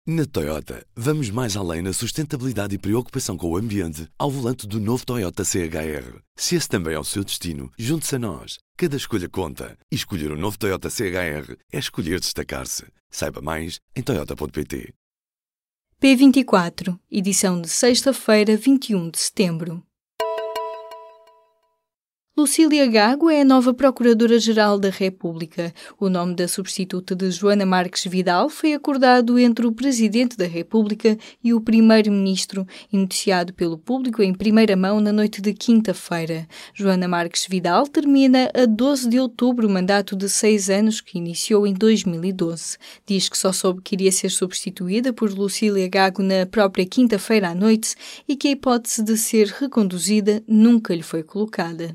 Na Toyota, vamos mais além na sustentabilidade e preocupação com o ambiente ao volante do novo Toyota CHR. Se esse também é o seu destino, junte-se a nós. Cada escolha conta. E escolher o novo Toyota CHR é escolher destacar-se. Saiba mais em toyota.pt. P24, edição de sexta-feira, 21 de setembro. Lucília Gago é a nova Procuradora-Geral da República. O nome da substituta de Joana Marques Vidal foi acordado entre o Presidente da República e o Primeiro-Ministro e noticiado pelo público em primeira mão na noite de quinta-feira. Joana Marques Vidal termina a 12 de outubro o mandato de 6 anos que iniciou em 2012. Diz que só soube que iria ser substituída por Lucília Gago na própria quinta-feira à noite e que a hipótese de ser reconduzida nunca lhe foi colocada.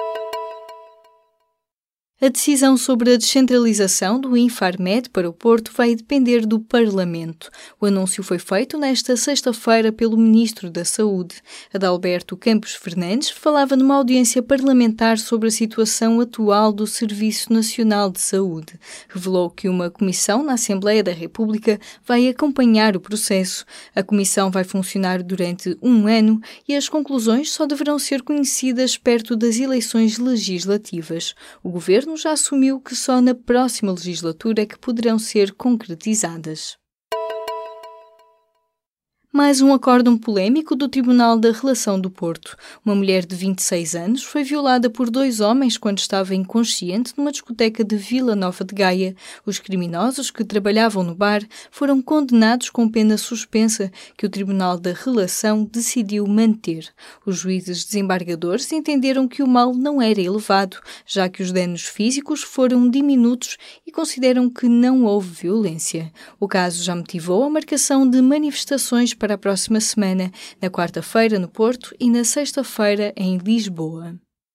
A decisão sobre a descentralização do Infarmed para o Porto vai depender do Parlamento. O anúncio foi feito nesta sexta-feira pelo Ministro da Saúde. Adalberto Campos Fernandes falava numa audiência parlamentar sobre a situação atual do Serviço Nacional de Saúde. Revelou que uma comissão na Assembleia da República vai acompanhar o processo. A comissão vai funcionar durante 1 ano e as conclusões só deverão ser conhecidas perto das eleições legislativas. O Governo já assumiu que só na próxima legislatura é que poderão ser concretizadas. Mais um acórdão polémico do Tribunal da Relação do Porto. Uma mulher de 26 anos foi violada por 2 homens quando estava inconsciente numa discoteca de Vila Nova de Gaia. Os criminosos que trabalhavam no bar foram condenados com pena suspensa que o Tribunal da Relação decidiu manter. Os juízes desembargadores entenderam que o mal não era elevado, já que os danos físicos foram diminutos e consideram que não houve violência. O caso já motivou a marcação de manifestações para a próxima semana, na quarta-feira no Porto e na sexta-feira em Lisboa.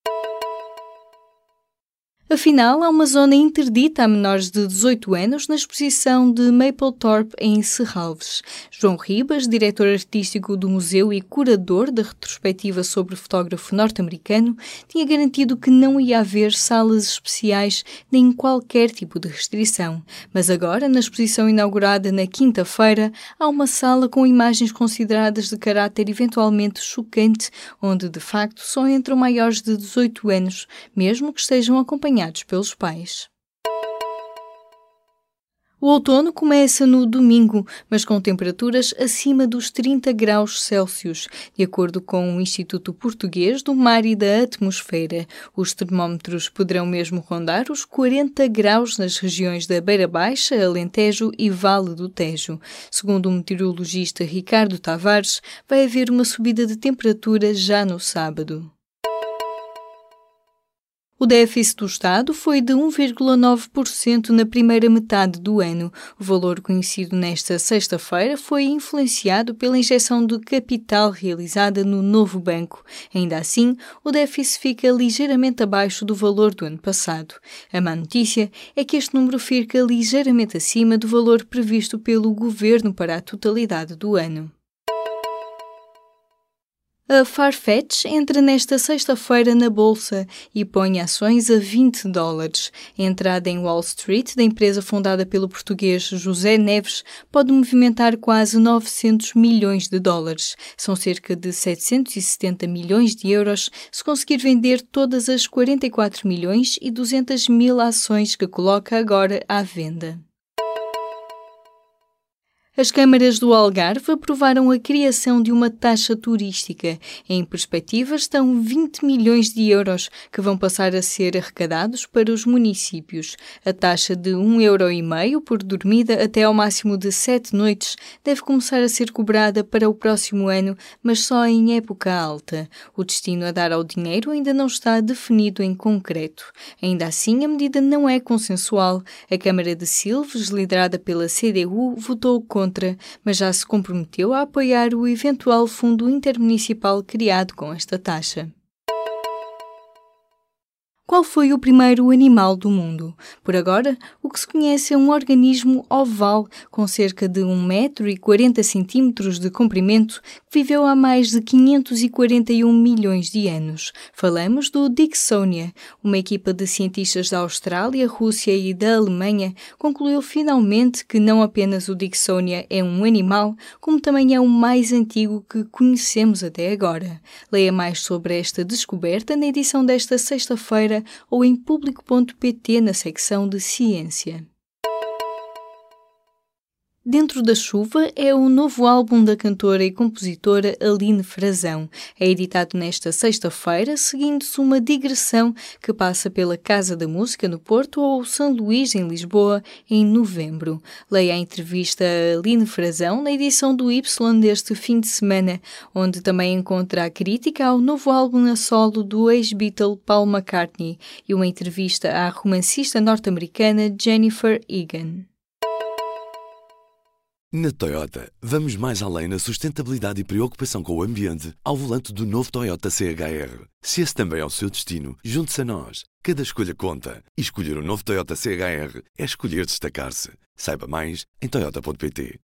Afinal, há uma zona interdita a menores de 18 anos na exposição de Mapplethorpe em Serralves. João Ribas, diretor artístico do museu e curador da retrospectiva sobre o fotógrafo norte-americano, tinha garantido que não ia haver salas especiais nem qualquer tipo de restrição. Mas agora, na exposição inaugurada na quinta-feira, há uma sala com imagens consideradas de caráter eventualmente chocante, onde, de facto, só entram maiores de 18 anos, mesmo que estejam acompanhados pelos pais. O outono começa no domingo, mas com temperaturas acima dos 30 graus Celsius, de acordo com o Instituto Português do Mar e da Atmosfera. Os termómetros poderão mesmo rondar os 40 graus nas regiões da Beira Baixa, Alentejo e Vale do Tejo. Segundo o meteorologista Ricardo Tavares, vai haver uma subida de temperatura já no sábado. O déficit do Estado foi de 1,9% na primeira metade do ano. O valor conhecido nesta sexta-feira foi influenciado pela injeção de capital realizada no novo banco. Ainda assim, o déficit fica ligeiramente abaixo do valor do ano passado. A má notícia é que este número fica ligeiramente acima do valor previsto pelo Governo para a totalidade do ano. A Farfetch entra nesta sexta-feira na Bolsa e põe ações a $20. A entrada em Wall Street da empresa fundada pelo português José Neves pode movimentar quase 900 milhões de dólares. São cerca de 770 milhões de euros se conseguir vender todas as 44 milhões e 200 mil ações que coloca agora à venda. As câmaras do Algarve aprovaram a criação de uma taxa turística. Em perspectiva estão 20 milhões de euros que vão passar a ser arrecadados para os municípios. A taxa de €1,5 por dormida até ao máximo de 7 noites deve começar a ser cobrada para o próximo ano, mas só em época alta. O destino a dar ao dinheiro ainda não está definido em concreto. Ainda assim, a medida não é consensual. A Câmara de Silves, liderada pela CDU, votou contra, mas já se comprometeu a apoiar o eventual fundo intermunicipal criado com esta taxa. Qual foi o primeiro animal do mundo? Por agora, o que se conhece é um organismo oval com cerca de 1,40 m de comprimento que viveu há mais de 541 milhões de anos. Falamos do Dicksonia. Uma equipa de cientistas da Austrália, Rússia e da Alemanha concluiu finalmente que não apenas o Dicksonia é um animal, como também é o mais antigo que conhecemos até agora. Leia mais sobre esta descoberta na edição desta sexta-feira ou em público.pt na secção de Ciência. Dentro da Chuva é o novo álbum da cantora e compositora Aline Frazão. É editado nesta sexta-feira, seguindo-se uma digressão que passa pela Casa da Música no Porto ou São Luís, em Lisboa, em novembro. Leia a entrevista a Aline Frazão na edição do Y deste fim de semana, onde também encontra a crítica ao novo álbum a solo do ex-Beatle Paul McCartney e uma entrevista à romancista norte-americana Jennifer Egan. Na Toyota, vamos mais além na sustentabilidade e preocupação com o ambiente ao volante do novo Toyota CHR. Se esse também é o seu destino, junte-se a nós. Cada escolha conta. E escolher o novo Toyota CHR é escolher destacar-se. Saiba mais em toyota.pt.